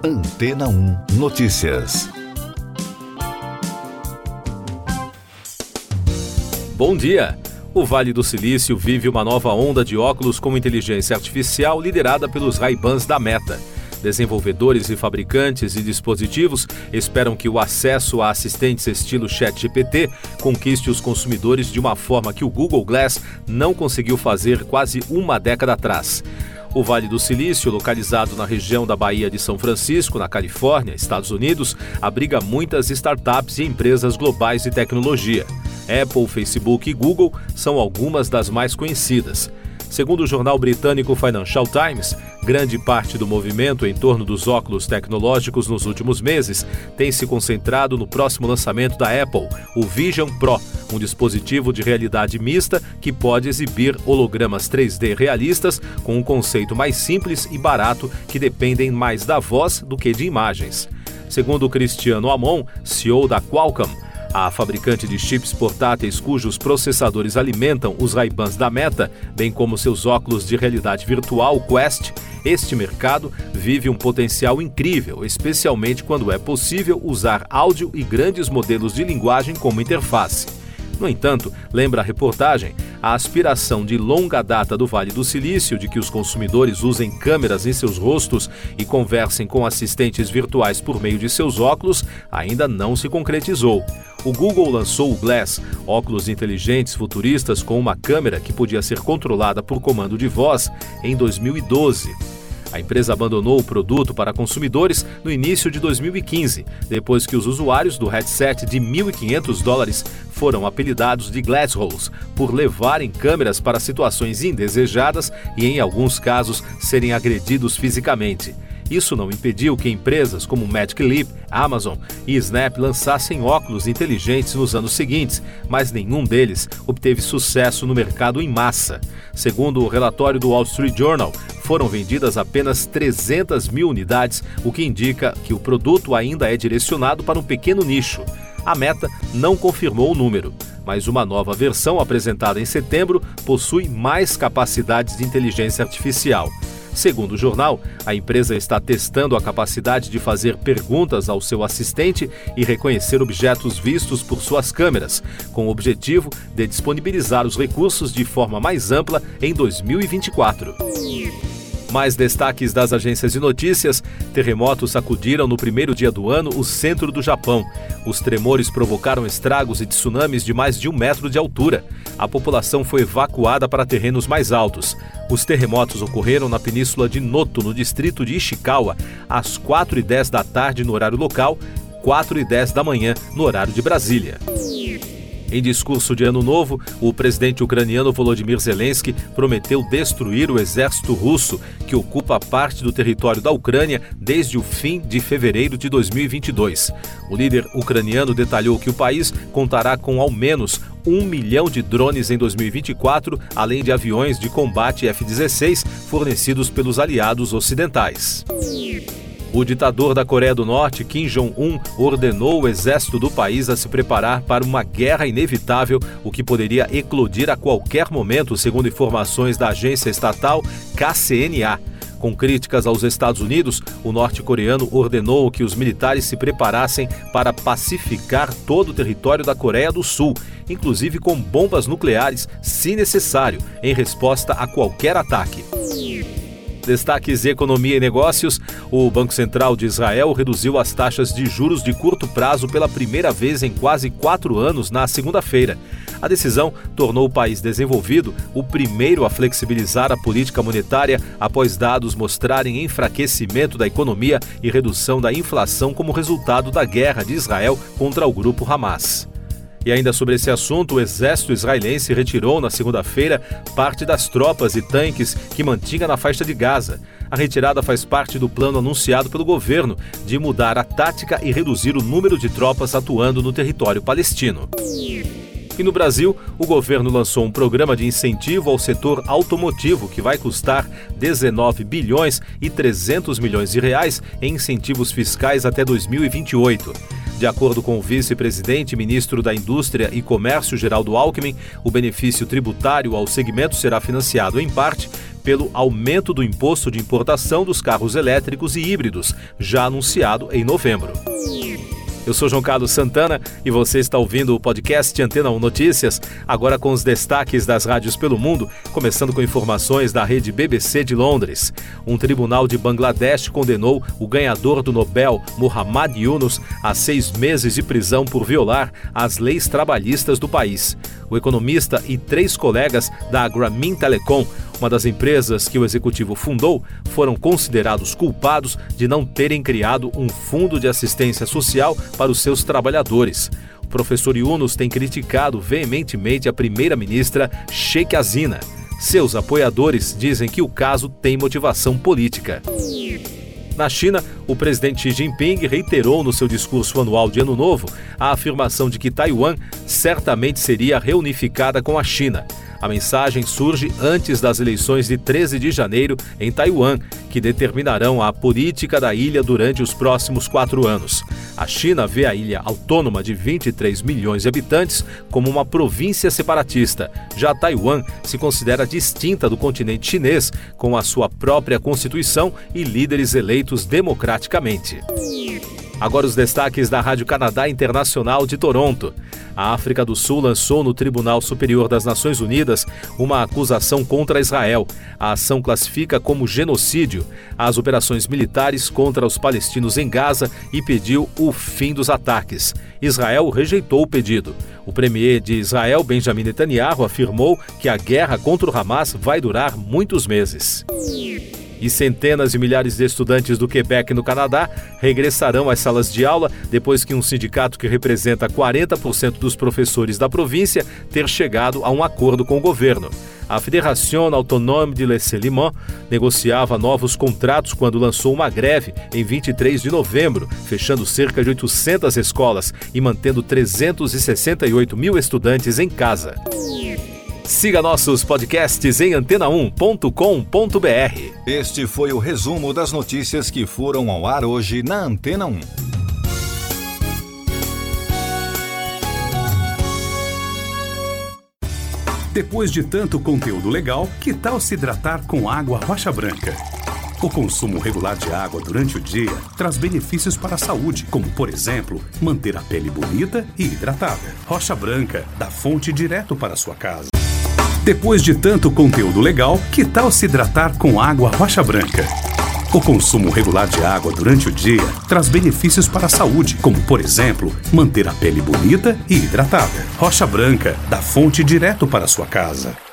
Antena 1 Notícias. Bom dia! O Vale do Silício vive uma nova onda de óculos com inteligência artificial liderada pelos Ray-Bans da Meta. Desenvolvedores e fabricantes de dispositivos esperam que o acesso a assistentes estilo ChatGPT conquiste os consumidores de uma forma que o Google Glass não conseguiu fazer quase uma década atrás. O Vale do Silício, localizado na região da Baía de São Francisco, na Califórnia, Estados Unidos, abriga muitas startups e empresas globais de tecnologia. Apple, Facebook e Google são algumas das mais conhecidas. Segundo o jornal britânico Financial Times, grande parte do movimento em torno dos óculos tecnológicos nos últimos meses tem se concentrado no próximo lançamento da Apple, o Vision Pro, um dispositivo de realidade mista que pode exibir hologramas 3D realistas com um conceito mais simples e barato que dependem mais da voz do que de imagens. Segundo Cristiano Amon, CEO da Qualcomm, a fabricante de chips portáteis cujos processadores alimentam os Ray-Bans da Meta, bem como seus óculos de realidade virtual Quest, este mercado vive um potencial incrível, especialmente quando é possível usar áudio e grandes modelos de linguagem como interface. No entanto, lembra a reportagem, a aspiração de longa data do Vale do Silício de que os consumidores usem câmeras em seus rostos e conversem com assistentes virtuais por meio de seus óculos ainda não se concretizou. O Google lançou o Glass, óculos inteligentes futuristas com uma câmera que podia ser controlada por comando de voz, em 2012. A empresa abandonou o produto para consumidores no início de 2015, depois que os usuários do headset de $1.500 foram apelidados de Glassholes por levarem câmeras para situações indesejadas e, em alguns casos, serem agredidos fisicamente. Isso não impediu que empresas como Magic Leap, Amazon e Snap lançassem óculos inteligentes nos anos seguintes, mas nenhum deles obteve sucesso no mercado em massa. Segundo o relatório do Wall Street Journal, foram vendidas apenas 300 mil unidades, o que indica que o produto ainda é direcionado para um pequeno nicho. A Meta não confirmou o número, mas uma nova versão apresentada em setembro possui mais capacidades de inteligência artificial. Segundo o jornal, a empresa está testando a capacidade de fazer perguntas ao seu assistente e reconhecer objetos vistos por suas câmeras, com o objetivo de disponibilizar os recursos de forma mais ampla em 2024. Mais destaques das agências de notícias: terremotos sacudiram no primeiro dia do ano o centro do Japão. Os tremores provocaram estragos e tsunamis de mais de 1 metro de altura. A população foi evacuada para terrenos mais altos. Os terremotos ocorreram na península de Noto, no distrito de Ishikawa, às 4h10 da tarde no horário local, 4h10 da manhã no horário de Brasília. Em discurso de Ano Novo, o presidente ucraniano Volodymyr Zelensky prometeu destruir o exército russo, que ocupa parte do território da Ucrânia desde o fim de fevereiro de 2022. O líder ucraniano detalhou que o país contará com ao menos 1 milhão de drones em 2024, além de aviões de combate F-16 fornecidos pelos aliados ocidentais. O ditador da Coreia do Norte, Kim Jong-un, ordenou o exército do país a se preparar para uma guerra inevitável, o que poderia eclodir a qualquer momento, segundo informações da agência estatal KCNA. Com críticas aos Estados Unidos, o norte-coreano ordenou que os militares se preparassem para pacificar todo o território da Coreia do Sul, inclusive com bombas nucleares, se necessário, em resposta a qualquer ataque. Destaques de economia e negócios: o Banco Central de Israel reduziu as taxas de juros de curto prazo pela primeira vez em quase 4 anos na segunda-feira. A decisão tornou o país desenvolvido o primeiro a flexibilizar a política monetária após dados mostrarem enfraquecimento da economia e redução da inflação como resultado da guerra de Israel contra o grupo Hamas. E ainda sobre esse assunto, o exército israelense retirou na segunda-feira parte das tropas e tanques que mantinha na faixa de Gaza. A retirada faz parte do plano anunciado pelo governo de mudar a tática e reduzir o número de tropas atuando no território palestino. E no Brasil, o governo lançou um programa de incentivo ao setor automotivo que vai custar 19 bilhões e 300 milhões de reais em incentivos fiscais até 2028. De acordo com o vice-presidente e ministro da Indústria e Comércio, Geraldo Alckmin, o benefício tributário ao segmento será financiado, em parte, pelo aumento do imposto de importação dos carros elétricos e híbridos, já anunciado em novembro. Eu sou João Carlos Santana e você está ouvindo o podcast Antena 1 Notícias, agora com os destaques das rádios pelo mundo, começando com informações da rede BBC de Londres. Um tribunal de Bangladesh condenou o ganhador do Nobel, Muhammad Yunus, a 6 meses de prisão por violar as leis trabalhistas do país. O economista e 3 colegas da Grameen Telecom, uma das empresas que o executivo fundou, foram considerados culpados de não terem criado um fundo de assistência social para os seus trabalhadores. O professor Yunus tem criticado veementemente a primeira-ministra Sheikh Hasina. Seus apoiadores dizem que o caso tem motivação política. Na China, o presidente Xi Jinping reiterou no seu discurso anual de Ano Novo a afirmação de que Taiwan certamente seria reunificada com a China. A mensagem surge antes das eleições de 13 de janeiro em Taiwan, que determinarão a política da ilha durante os próximos 4 anos. A China vê a ilha autônoma de 23 milhões de habitantes como uma província separatista. Já Taiwan se considera distinta do continente chinês, com a sua própria constituição e líderes eleitos democraticamente. Agora os destaques da Rádio Canadá Internacional de Toronto. A África do Sul lançou no Tribunal Superior das Nações Unidas uma acusação contra Israel. A ação classifica como genocídio as operações militares contra os palestinos em Gaza e pediu o fim dos ataques. Israel rejeitou o pedido. O premier de Israel, Benjamin Netanyahu, afirmou que a guerra contra o Hamas vai durar muitos meses. E centenas de milhares de estudantes do Quebec, no Canadá, regressarão às salas de aula depois que um sindicato que representa 40% dos professores da província ter chegado a um acordo com o governo. A Fédération Autonome de l'Enseignement negociava novos contratos quando lançou uma greve em 23 de novembro, fechando cerca de 800 escolas e mantendo 368 mil estudantes em casa. Siga nossos podcasts em antena1.com.br. Este foi o resumo das notícias que foram ao ar hoje na Antena 1. Depois de tanto conteúdo legal, que tal se hidratar com água Rocha Branca? O consumo regular de água durante o dia traz benefícios para a saúde, como, por exemplo, manter a pele bonita e hidratada. Rocha Branca, da fonte direto para a sua casa. Depois de tanto conteúdo legal, que tal se hidratar com água Rocha Branca? O consumo regular de água durante o dia traz benefícios para a saúde, como, por exemplo, manter a pele bonita e hidratada. Rocha Branca, da fonte direto para a sua casa.